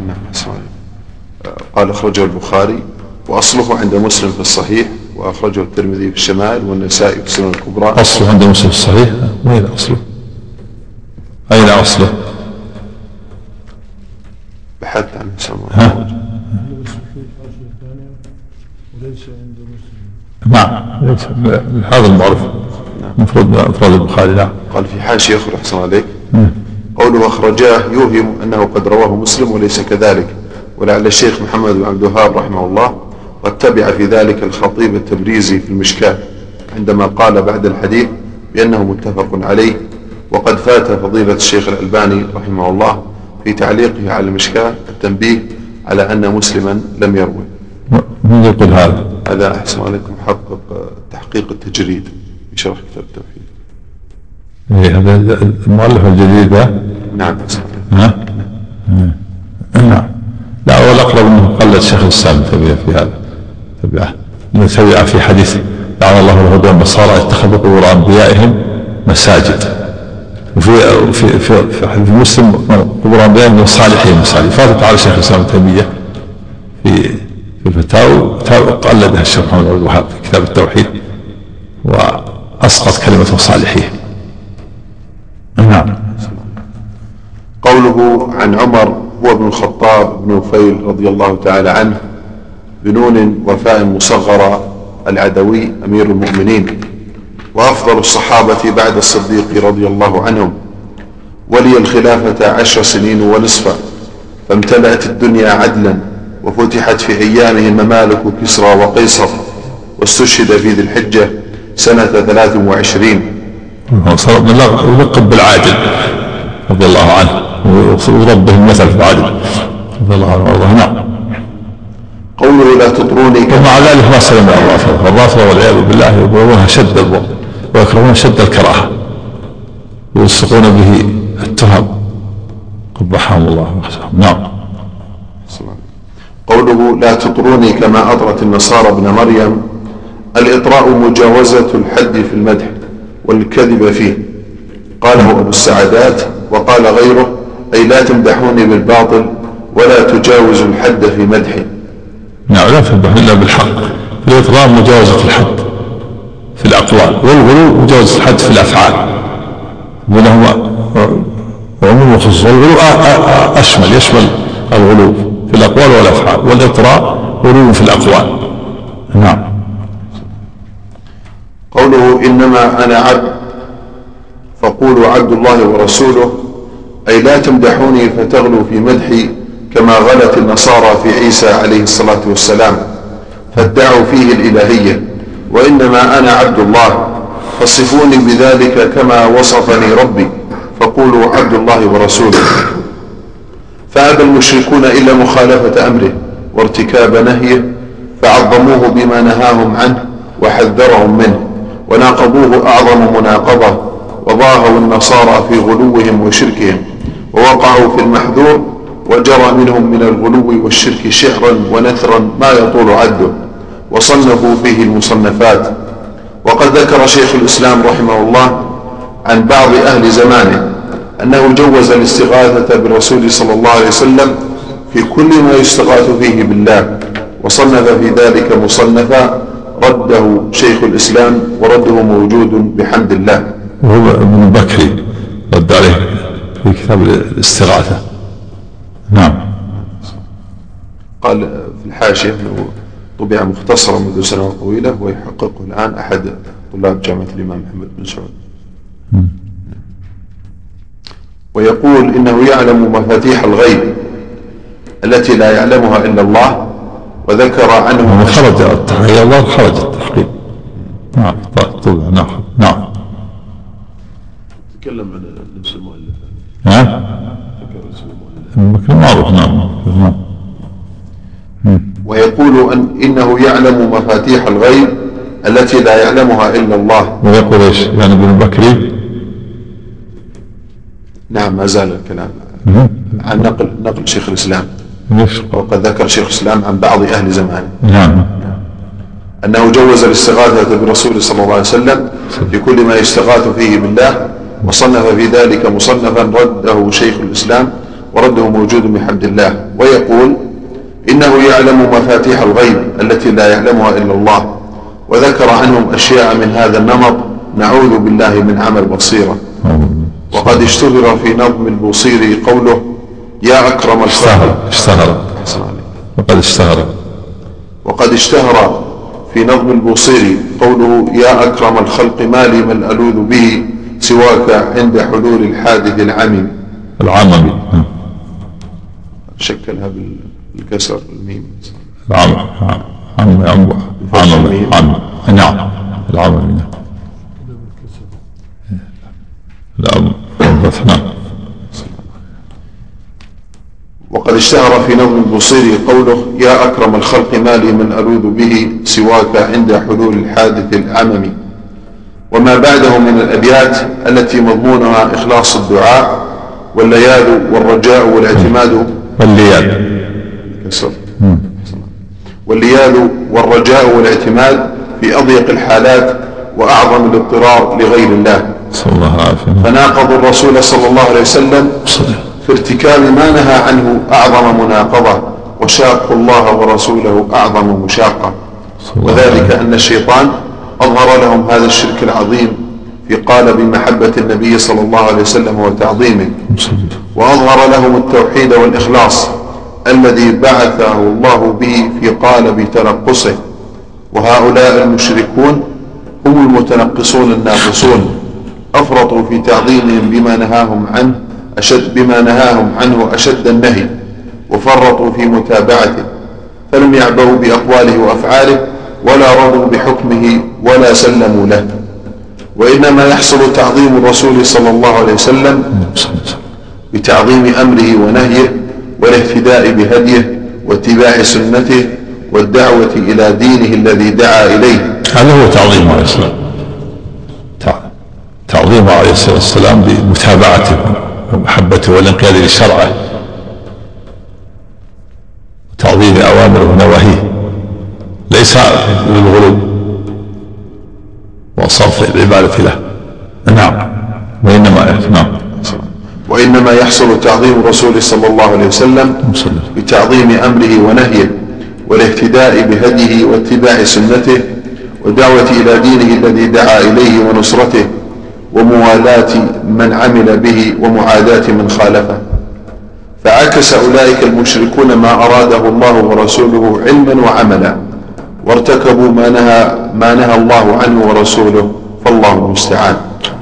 قال أخرجه البخاري وأصله عند مسلم في الصحيح، وأخرجه الترمذي في الشمائل والنسائي في السنن الكبرى. أصله عند مسلم في الصحيح. وين أصله؟ أين أصله؟ بحثت عنه سمع. نعم، هذا المعروف مفروض أفراد البخاري. نعم. قال في حاشية أخرى أحسن عليك: قوله أخرجاه يوهم أنه قد رواه مسلم وليس كذلك، ولعل الشيخ محمد بن عبد الوهاب رحمه الله قد تبع في ذلك الخطيب التبريزي في المشكاة عندما قال بعد الحديث بأنه متفق عليه، وقد فات فضيلة الشيخ الألباني رحمه الله في تعليقه على المشكاة التنبيه على أن مسلما لم يروي. من يقول هذا؟ هذا أحسن عليكم محقق تحقيق التجريد في شرح كتاب التوحيد. هذا المؤلف الجديد ده؟ نعم. نعم. لا، هو الأقرب أنه قلد شيخ الإسلام في هذا، تبع في حديث: لعن الله اليهود والنصارى اتخذوا قبور أنبيائهم مساجد. وفي حديث مسلم قبور أنبيائهم وصالحين مساجد. فاتت على شيخ الإسلام التيمية في الفتاوى قلدها الشيخ محمد بن عبد الوهاب في كتاب التوحيد وأسقط كلمة صالحين. نعم. قوله عن عمر هو ابن الخطاب بن نفيل رضي الله تعالى عنه بنون وفاء مصغرة العدوي أمير المؤمنين، وأفضل الصحابة بعد الصديق رضي الله عنهم، ولي الخلافة 10 سنين ونصفا، فامتلأت الدنيا عدلا، وفتحت في أيامه ممالك كسرى وقيصر، واستشهد في ذي الحجة سنة 23. ولقب بالعادل رضي الله عنه، وربه المثل في العادل رضي الله عنه. نعم. قوله لا تطروني ومع ذلك ما سلم من الرافضة والعياذ بالله يبغونها شد البغض ويكرهون شد الكراهة ويلصقون به التهم قبحهم الله وخزاهم. نعم. قوله لا تطروني كما أطرت النصارى ابن مريم: الإطراء مجاوزة الحد في المدح والكذب فيه. قاله أبو السعدات وقال غيره: أي لا تمدحوني بالباطل ولا تجاوزوا الحد في مدحي. نعم، لا تمدح إلا بالحق. الإطراء مجاوزة الحد في الأقوال، والغلو مجاوزة الحد في الأفعال، بينهما عموم وخصوص. والغلو يشمل الغلو في الأقوال والأفعال، والإطراء غلو في الأقوال. نعم. قوله إنما أنا عبد فقولوا عبد الله ورسوله، أي لا تمدحوني فتغلوا في مدحي كما غلت النصارى في عيسى عليه الصلاة والسلام فادعوا فيه الإلهية، وإنما أنا عبد الله فصفوني بذلك كما وصفني ربي فقولوا عبد الله ورسوله. فأبى المشركون إلا مخالفة أمره وارتكاب نهيه، فعظموه بما نهاهم عنه وحذرهم منه، وناقضوه أعظم مناقضة، وضاهوا النصارى في غلوهم وشركهم، ووقعوا في المحذور، وجرى منهم من الغلو والشرك شعرا ونثرا ما يطول عده، وصنفوا فيه المصنفات. وقد ذكر شيخ الإسلام رحمه الله عن بعض أهل زمانه أنه جوز الاستغاثة بالرسول صلى الله عليه وسلم في كل ما يستغاث فيه بالله، وصنف في ذلك مصنفا رده شيخ الإسلام، ورده موجود بحمد الله. وهو ابن بكري رد عليه في كتاب الاستغاثة. نعم. قال في الحاشية أنه طبع مختصرا منذ سنوات طويلة ويحققه الآن أحد طلاب جامعة الإمام محمد بن سعود. ويقول إنه يعلم مفاتيح الغيب التي لا يعلمها إلا الله، وذكر عنه خرج التحقيق الله خرج التحقيق. نعم طبعا. نعم تكلم عن نفس المؤلف. ها؟ ذكر معروف. نعم. ويقول إنه يعلم مفاتيح الغيب التي لا يعلمها إلا الله. ويقول إيش يعني ابن بكري؟ نعم ما زال الكلام عن نقل شيخ الإسلام، وقد ذكر شيخ الإسلام عن بعض أهل زمانه نعم أنه جوز الاستغاثة برسول صلى الله عليه وسلم في كل ما يستغاث فيه بالله، وصنف في ذلك مصنفا رده شيخ الإسلام ورده موجود بحمد الله. ويقول إنه يعلم مفاتيح الغيب التي لا يعلمها إلا الله، وذكر عنهم أشياء من هذا النمط نعوذ بالله من عمل بصيرة. وقد اشتهر في نظم البوصيري قوله يا أكرم الخلق. وقد اشتهر في نظم البوصيري قوله يا أكرم الخلق ما لي من ألوذ به سواك عند حلول الحادث العميم. شكلها بالكسر الميم. نعم العمل. وقد اشتهر في نظم البوصيري قوله يا أكرم الخلق ما لي من ألوذ به سواك عند حلول الحادث العممي. وما بعده من الأبيات التي مضمونها إخلاص الدعاء واللياذ والرجاء والاعتماد واللياذ والرجاء والاعتماد في أضيق الحالات وأعظم الاضطرار لغير الله، فناقضوا الرسول صلى الله عليه وسلم في ارتكاب ما نهى عنه أعظم مناقضة، وشاقوا الله ورسوله أعظم مشاقة. وذلك أن الشيطان أظهر لهم هذا الشرك العظيم في قالب محبة النبي صلى الله عليه وسلم وتعظيمه، وأظهر لهم التوحيد والإخلاص الذي بعثه الله به في قالب تنقصه. وهؤلاء المشركون هم المتنقصون الناقصون، أفرطوا في تعظيمهم بما نهاهم عنه أشد النهي، وفرطوا في متابعته، فلم يعبأوا بأقواله وأفعاله ولا رضوا بحكمه ولا سلموا له. وإنما يحصل تعظيم الرسول صلى الله عليه وسلم بتعظيم أمره ونهيه والاهتداء بهديه واتباع سنته والدعوة إلى دينه الذي دعا إليه. هذا هو تعظيمه عليه السلام، تعظيمه عليه السلام بمتابعته ومحبته والانقياد لشرعه وتعظيم أوامره ونواهيه، ليس للغلو وصرف العبادة له. نعم. وإنما يحصل تعظيم الرسول صلى الله عليه وسلم بتعظيم أمره ونهيه والاهتداء بهديه واتباع سنته والدعوة إلى دينه الذي دعا إليه ونصرته وموالاة من عمل به ومعاداة من خالفه. فعكس أولئك المشركون ما أراده الله ورسوله علما وعملا، وارتكبوا ما نهى الله عنه ورسوله، فالله المستعان.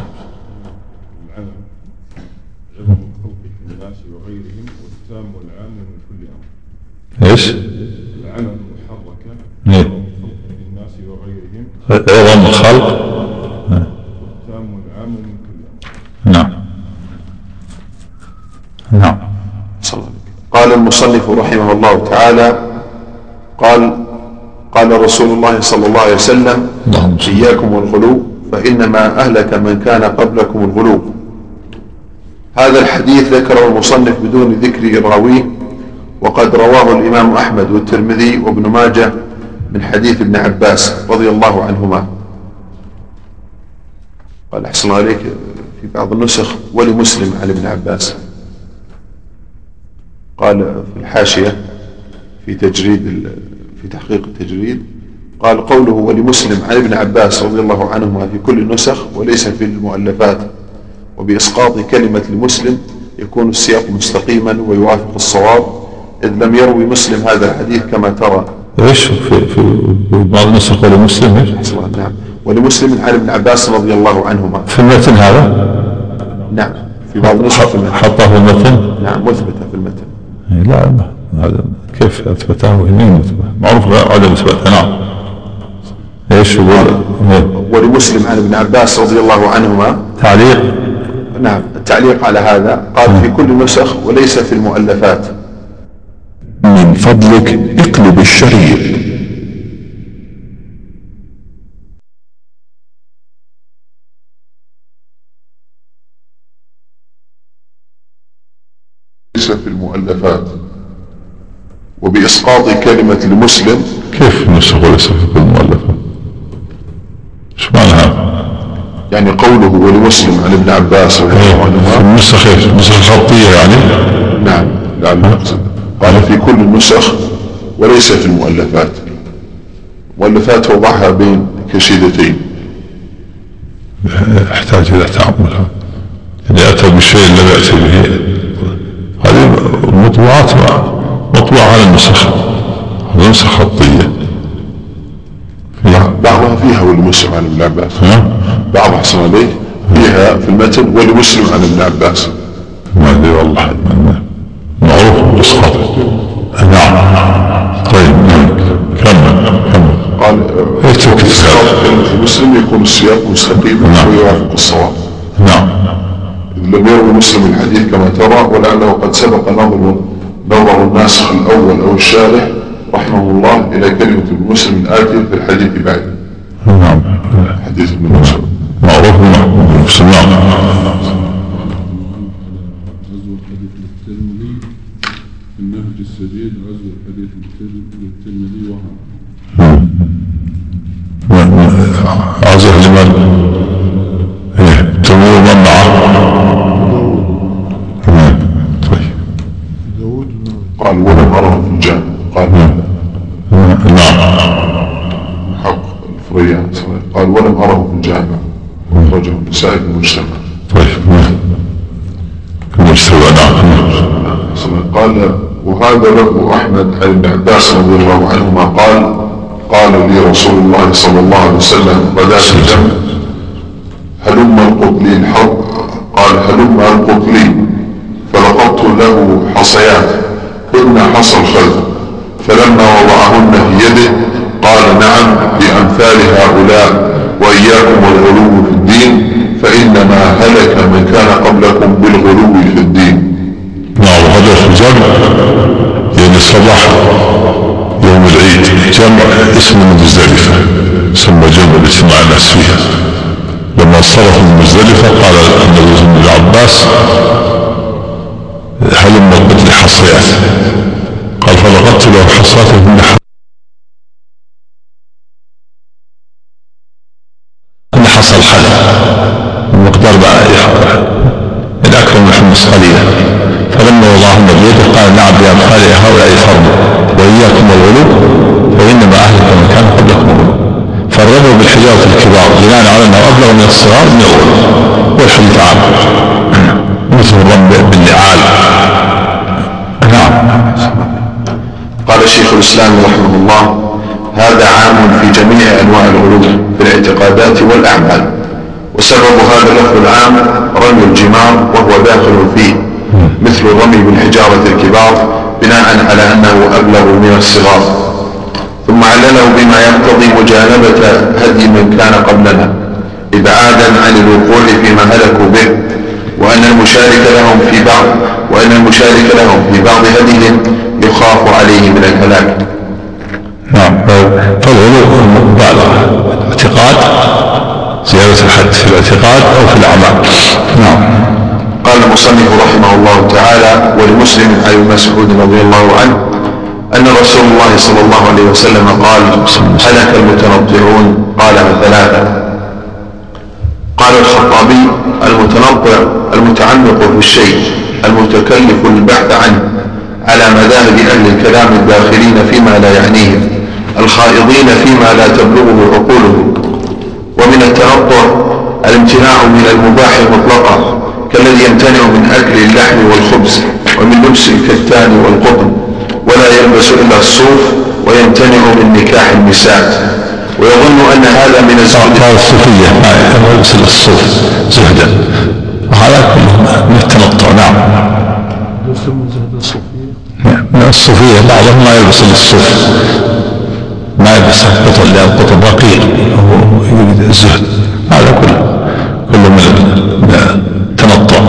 ايش؟ العمل محركة للناس وغيرهم، عظم الخلق والتام والعام من كل أمر. نعم. قال المصنف رحمه الله تعالى قال رسول الله صلى الله عليه وسلم إياكم والغلو فإنما أهلك من كان قبلكم الغلو. هذا الحديث ذكره المصنف بدون ذكر راويه، وقد رواه الإمام أحمد والترمذي وابن ماجه من حديث ابن عباس رضي الله عنهما. قال أحسن عليك في بعض النسخ ولمسلم عن ابن عباس. قال في الحاشية في تحقيق التجريد قال قوله ولمسلم عن ابن عباس رضي الله عنهما في كل النسخ وليس في المؤلفات، وبإسقاط كلمة لمسلم يكون السياق مستقيما ويوافق الصواب، إذ لم يروي مسلم هذا الحديث كما ترى، ايش في بعض النسخ ولمسلم ايش؟ نعم، ولمسلم عن ابن عباس رضي الله عنهما. في المتن هذا؟ نعم، في بعض النسخ في المتن. حطه في المتن؟ نعم، مثبته في المتن. لا هذا كيف اثبته ومين معروف عدم اثباته. نعم. ايش يقول؟ ولمسلم عن ابن عباس رضي الله عنهما تعليق. نعم، التعليق على هذا قال في كل النسخ وليس في المؤلفات. من فضلك اقلب الشريط. ليس في المؤلفات، وبإسقاط كلمة المسلم. كيف نسخ وليس في كل المؤلفات؟ ايش معنى هذا؟ يعني قوله ولمسلم عن ابن عباس رضي الله عنهما في النسخ ايش؟ النسخ الخطية يعني؟ نعم، لعل نقصد. قال في كل النسخ وليس في المؤلفات. مؤلفات وضعها بين كشيدتين. يحتاج الى تأمل. يعني اتى بالشيء الذي ياتي به. هذه مطبوعات مطبوعة على النسخ. هذه نسخ خطية. بعضها فيها ولمسلم عن ابن عباس. بعضها حسن عليه فيها في المتن ولمسلم عن ابن عباس. ما ادري والله، معروف اسقاط. نعم. طيب كمل. قال اسقاط كلمة المسلم يكون السياق مستقيما ويوافق الصواب. نعم. لم يروي مسلم الحديث كما ترى، ولعله قد سبق نظر الناسخ الأول أو الشارح رحمه الله إلى كلمة المسلم الآتية في الحديث بعد. نعم. حديث ابن مسلم معروف مسلم. نعم. غزو الحديث للترمذي في النهج السديد. غزو الحديث للترمذي عزه لمن؟ تمور من معه؟ طيب. قال ولم أره في الجامع. قال نعم. حق الفريان قال ولم أره في الجامع، وأخرجه النسائي في المجتمع. طيب. المجتمع. نعم. قال وهذا له أحمد عن ابن عباس رضي الله عنهما قال لي رسول الله صلى الله عليه وسلم غداة الجمع هلم القط لي الحرب. قال هلم القط لي، فلقطت له حصيات كن حصى الخلف، فلما وضعهن في يده قال نعم بأمثال هؤلاء وإياكم والغلو في الدين، فإنما هلك من كان قبلكم بالغلو في الدين. نعم. هذا في الجمع يعني صباح يوم العيد جمع اسم مزدلفة، سمى جمع الاجتماع الناس فيها. لما صرف من مزدلفة قال النبي بن عباس هلم القط لي حصيات. قال فلقطت له حصات من حصى الحلف المقدار الأكثر من الحمص قليلا، فلما وضعهم بيده قال نعم بأمثال هؤلاء فرموا وإياكم والغلو فإنما أهلك من كان قبلكم الغلو. فالرموا بالحجارة الكبار بناء على أنه أبلغ من الصغار من الغلو، والحديث عام مثل الرمي بالنعال. نعم. قال شيخ الإسلام رحمه الله هذا عام في جميع أنواع الغلو في الاعتقادات والأعمال، وسبب هذا اللفظ العام رمي الجمار وهو داخل فيه، مثل الرمي بالحجارة الكبار بناء على أنه أبلغ من الصغار. ثم علله بما يقتضي مجانبة هدي من كان قبلنا إبعادا عن الوقوع فيما هلكوا به، وأن المشارك لهم في بعض هديهم يخاف عليه من الهلاك. نعم. فالغلو المبالغة اعتقاد، زيادة الحد في الاعتقاد أو في الأعمال. نعم. قال المصنف رحمه الله تعالى ولمسلم عن ابن مسعود رضي الله عنه أن رسول الله صلى الله عليه وسلم قال هلك المتنطعون. قالها ثلاثة. قال الخطابي المتنطع المتعمق في الشيء المتكلف البحث عنه على مذاهب أهل الكلام الداخلين فيما لا يعنيهم الخائضين فيما لا تبلغه عقولهم. ومن التنطع الامتناع من المباح مطلقا كالذي يمتنع من أكل اللحم والخبز ومن لبس الكتان والقطن ولا يلبس إلا الصوف ويمتنع من نكاح النساء، ويظن أن هذا من الزهد. الصوفية ما يلبس الصوف زهدا، وهذا كله من التنطع. نعم. من زهد الصوفية. من الصوفية بعضهم ما يلبس الصوف، ما يلبس قطن، لأن قطن رقيق ويريد الزهد. هذا كله من التنطع.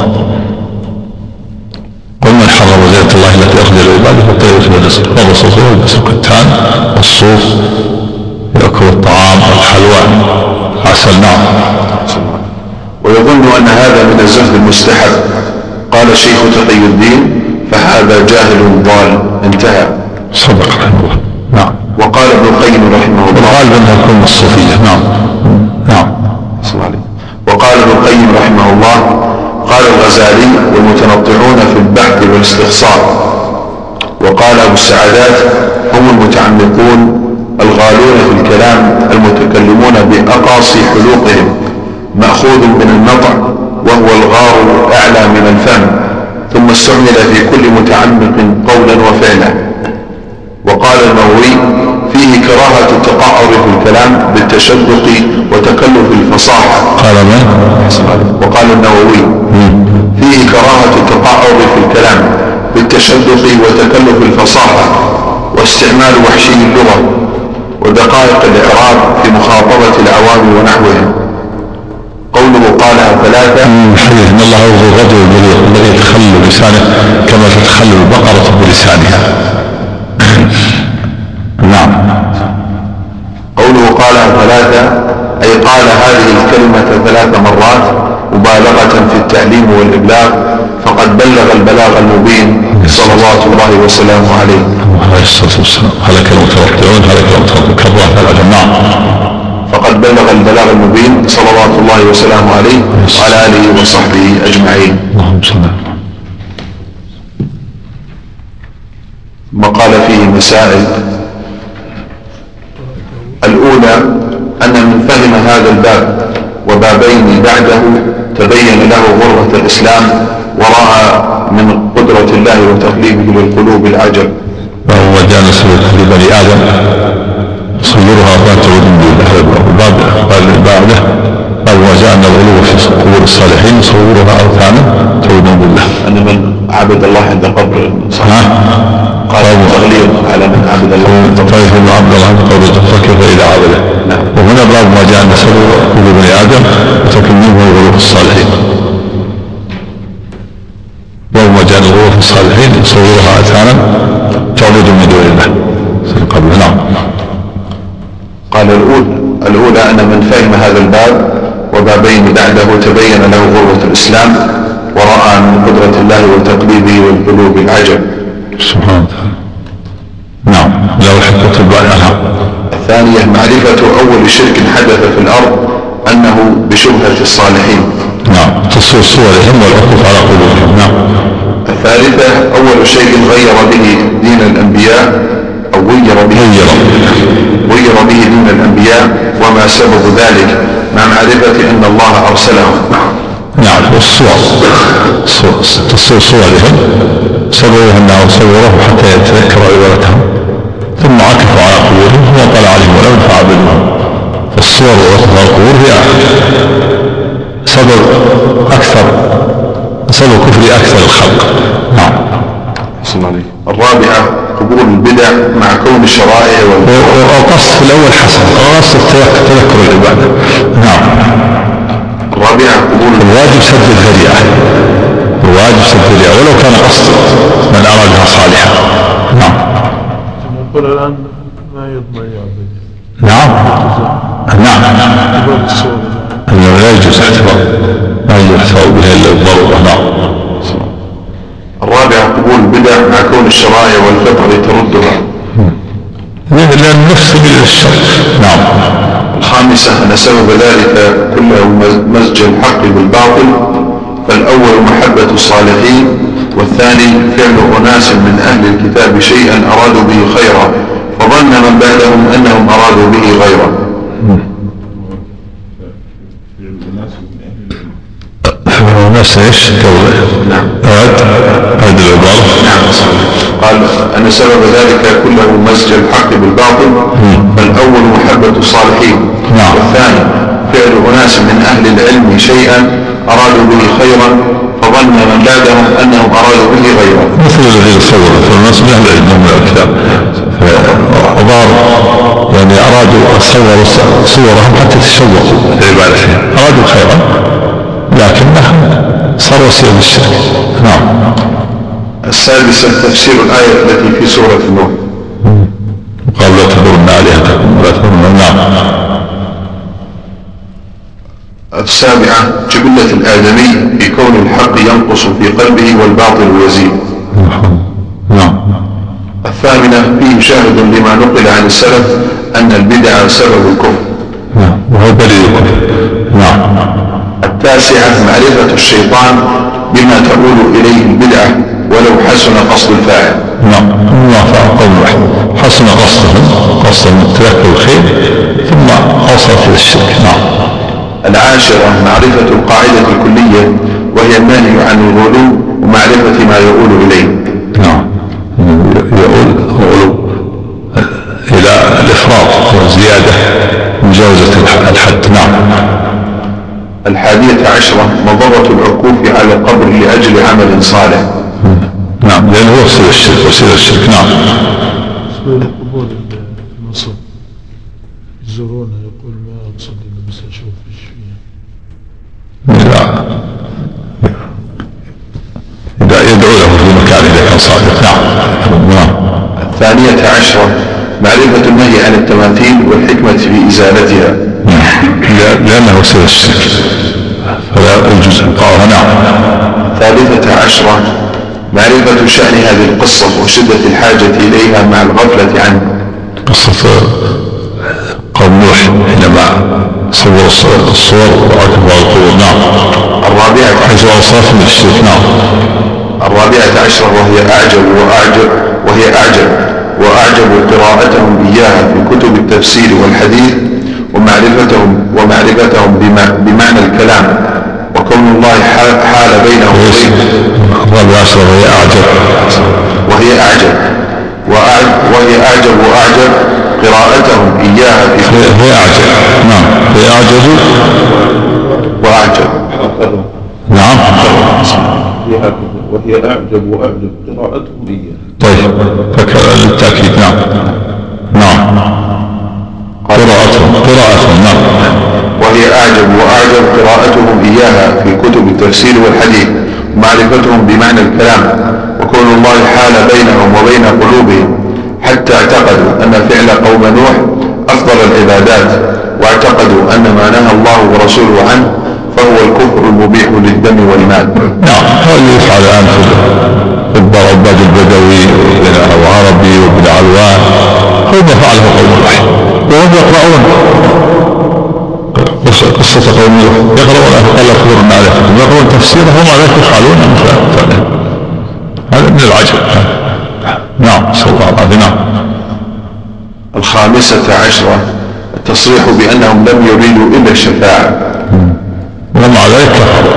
قل من حرم زينة الله التي أخرج لعباده والطيبات من الرزق، والرسول يلبس الكتان والصوف، يأكل الطعام والحلوى عسل. نعم. ويظن أن هذا من الزهد المستحب. قال الشيخ تقي الدين: فهذا جاهل ضال. انتهى. صدق رحمه الله. نعم. وقال ابن القيم رحمه الله: الغالب أنها تكون الصوفية. نعم. نعم. وقال ابن القيم رحمه الله: قال الغزالي: والمتنطعون في البحث والاستخصار. وقال أبو السعادات: هم المتعمقون الغالون في الكلام المتكلمون بأقاصي حلوقهم، مأخوذ من النطع وهو الغار أعلى من الفم، ثم استعمل في كل متعمق قولا وفعلا. وقال النووي: فيه كراهة التقعر في الكلام بالتشدق وتكلف الفصاحة. قال من؟ وقال النووي: فيه كراهة التقعر في الكلام بالتشدق وتكلف الفصاحة واستعمال وحشي اللغة ودقائق الإعراب في مخاطبة العوام ونحوهم. قوله قالها ثلاثة: حديث إن الله يرضي الرجل البليغ الذي يتخلل لسانه كما تتخلل البقرة بلسانها. نعم. قوله قالها ثلاثة أي قال هذه الكلمة 3 مرات مبالغة في التعليم والإبلاغ، فقد بلغ البلاغ المبين صلوات الله وسلامه عليه. عليه الصلاة والسلام. هذا كلمة متوقعون، هذا كلمة متكررة. نعم. فقد بلغ البلاغ المبين صلوات الله وسلامه عليه وعلى آله وصحبه أجمعين. اللهم صل على محمد. ثم قال فيه مسائل. الأولى أن من فهم هذا الباب وبابين بعده تبين له غرة الإسلام ورأى من قدرة الله وتقليبه للقلوب العجب. وهو جالس لبني آدم صورها أربعة وجود. الباب بعده باب وجاء أن الغلو في قبور الصالحين صورها أوثانا تعودون بالله. أن من عبد الله عند قبر صالح قال تغليظ على من عبد الله. طيب من عبد الله عند قبر فكيف إذا عبده. نعم. وهنا باب ما جاء أن صور قبور بني آدم وتكلمه الغلو في الصالحين. باب ما جاء الغلو في الصالحين صورها أوثانا تعبد من دون الله قبل. نعم. قال الأولى أن من فهم هذا الباب وبابين بعده تبين له غرة الإسلام ورأى من قدرة الله وتقليبه والقلوب العجب. سبحانه وتعالى. نعم. لا حكمة البارحة. الثانية معرفة أول شرك حدث في الأرض أنه بشبهة الصالحين. نعم. تصوير صورهم والعقوف على قلوبهم. نعم. الثالثة أول شيء غير به دين الأنبياء أو غير به دين الأنبياء وما سبب ذلك مع معرفة أن الله أرسلهم. نعم. تصوير صورهم سببه أنه صوره حتى يتذكر عبادتهم ثم عكفوا على قبورهم ثم طلع عليهم ولم فعبدهم. فالصور وعكف على القبور هي سبب كفر أكثر الخلق. نعم. الرابعة قبول البدع مع كون الشرائع والقصد في الأول حسن، القصد تذكر العبادة. نعم. الرابعة قبول الواجب سد الذريعة، ولو كان قصد من أرادها صالحا. نعم. نقول الآن ما يضمن يعبد. نعم. لا يجوز احتفاظ بها إلا الضرورة. نعم. الرابعة قبول البدع مع كون الشرائع والفطر تردها لأن النفس إلى الشر. نعم. الخامسة أن سبب ذلك كله مزج الحق بالباطل، فالأول محبة الصالحين، والثاني فعل أناس من أهل الكتاب شيئا أرادوا به خيرا فظن من بعدهم أنهم أرادوا به غيره. فعل أناس بس ايش؟ نعم. أعد العبارة. نعم. قال أن سبب ذلك كله مزج الحق بالباطل، فالأول محبة الصالحين، نعم. والثاني فعل أناس من أهل العلم شيئا أرادوا به خيرا فظن من بعدهم أنهم أرادوا به غيره، مثل الذي تصور فالناس من أهل العلم من الكتاب فأضار يعني أرادوا صورهم حتى تشوقوا لعبادتهم، أرادوا خيرا لكنها صار وسيلة للشرك. نعم. السادسة تفسير الآية التي في سورة النور. قال لا تذرن آلهتكم ولا تذرن. نعم. السابعة جبلة الآدمي في كون الحق ينقص في قلبه والباطل يزيد. نعم. الثامنة فيه شاهد لما نقل عن السلف أن البدع سبب الكفر. نعم. وهو دليل الكفر. نعم. التاسعة معرفة الشيطان بما تؤول إليه البدعة ولو حسن قصد الفاعل. نعم. الله فعل قول واحد حسن قصدهم تذكر الخير ثم أوصلت إلى الشرك. نعم. العاشرة معرفة القاعدة الكلية وهي النهي عن الغلو ومعرفة ما يؤول إليه. نعم. يؤول إلى الإفراط والزيادة مجاوزة الحد. نعم. الحادية عشرة مضرة العكوف على القبر لأجل عمل صالح. نعم. لأنه وسيلة الشرك. نعم. بالنسبة لقبور المصر يزورونها يقول ما أقصد إنه بس أشوف إيش فيها. إذا يدعو له في مكان إذا كان صادق. نعم. الثانية عشرة معرفة النهي عن التماثيل والحكمة في إزالتها. لأنه وسيلة الشرك فلا يجوز إبقاؤها. نعم. الثالثة عشرة معرفة شأن هذه القصة وشدة الحاجة إليها مع الغفلة عنه. قصة قوم نوح حينما صور الصور وعكفوا على القبور. نعم. الرابعة حيث أوصاف من الشرك. نعم. الرابعة عشرة وهي أعجب قراءتهم إياها في كتب التفسير والحديث ومعرفتهم بمعنى الكلام وكون الله حال بينهم وبين. الرابعة عشرة وهي أعجب قراءتهم إياها في هي أعجب. نعم. هي أعجب وأعجب. نعم. وهي أعجب قراءتهم إياها. طيب فكر للتأكيد. نعم. نعم. قراءتهم. نعم. وهي أعجب قراءتهم إياها في كتب التفسير والحديث ومعرفتهم بمعنى الكلام وكون الله حال بينهم وبين قلوبهم حتى اعتقدوا أن فعل قوم نوح أفضل العبادات واعتقدوا أن ما نهى الله ورسوله عنه فهو الكفر المبيح للدم والمال. نعم. هذا يفعل الآن في العباد البدوي والعربي وبالعلوان هو ما فعله قوم واحد وهم يقرؤون قصة قوم نوح يقرؤون قال أخبر معرفتهم يقرؤون تفسيره هم عليك يفعلون مثلا. هذا من العجب. نعم. صلى الله عليه وسلم. نعم. الخامسة عشرة التصريح بأنهم لم يريدوا إلا الشفاعة. ومع ذلك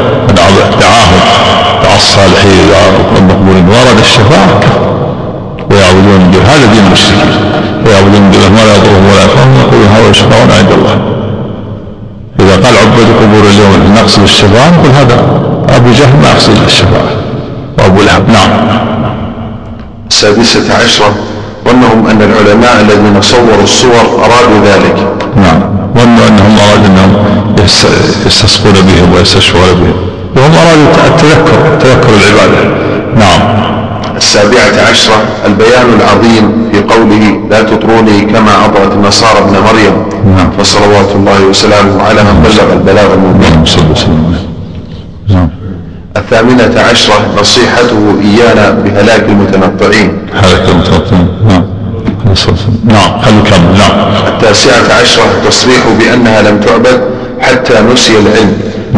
دعا الصالحين المقبولين وارد الشفاعة ويعبدون به. هذا دين المشركين ويعبدون به ما لا يضرهم ولا ينفعهم يقولون هؤلاء يشفعون عند الله. إذا قال عبد قبور اليوم نقصد الشفاعة نقول هذا أبو جهل ما يقصد الشفاعة وأبو لهب. نعم. السادسة عشرة ظنهم أن العلماء الذين صوروا الصور أرادوا ذلك. نعم. ظنوا أنهم أرادوا أنهم يستسقون بهم ويستشفعون بهم وهم أرادوا تذكر العبادة. نعم. السابعة عشرة البيان العظيم في قوله لا تطروني كما أطرت النصارى ابن مريم. نعم. فصلوات الله وسلامه على من بلغ البلاغ المبين. نعم. الثامنة عشرة نصيحته إيانا بهلاك المتنطعين. نعم. نعم. نعم. التاسعة عشرة تصريح بأنها لم تعبد حتى نسي العلم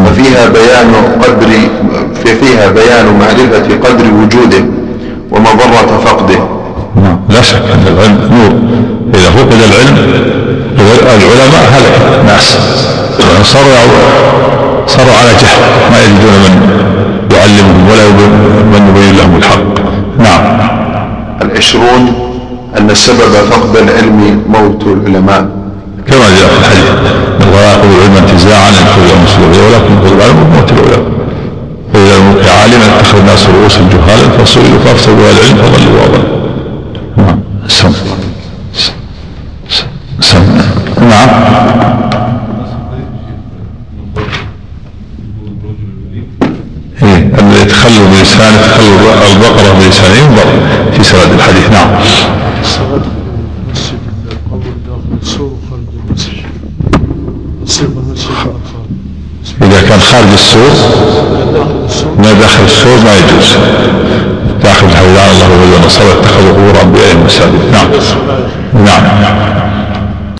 فيها بيان معرفة قدر وجوده ومضرة فقده. نعم. لا شك أن العلم نور إذا فقد العلم العلماء هلك ناس صاروا صاروا على جهل ما يجدون من يعلمهم ولا من يبين لهم الحق. نعم. 20 أن سبب فقد العلم موت العلماء كما جاء في الحديث ولا يأخذ العلم انتزاعا يدخل المسلمين ولكن يأخذ العلم بموت العلماء. فإذا الملك عالما اتخذ الناس رؤوسا جهالا فصلوا فافسدوا العلم فضلوا وضلوا. نعم. نعم. اللي يتخلوا بلسانه تخلوا البقرة بلسانه ينظر في سرد الحديث. نعم. الصلاة في المسجد القبر داخل السور وخارج المسجد تصيب المسجد إذا كان خارج السور ما داخل السور ما يجوز. داخل الحوضان الله والنصارى اتخذوا قبور أنبيائهم مساجد. نعم. نعم.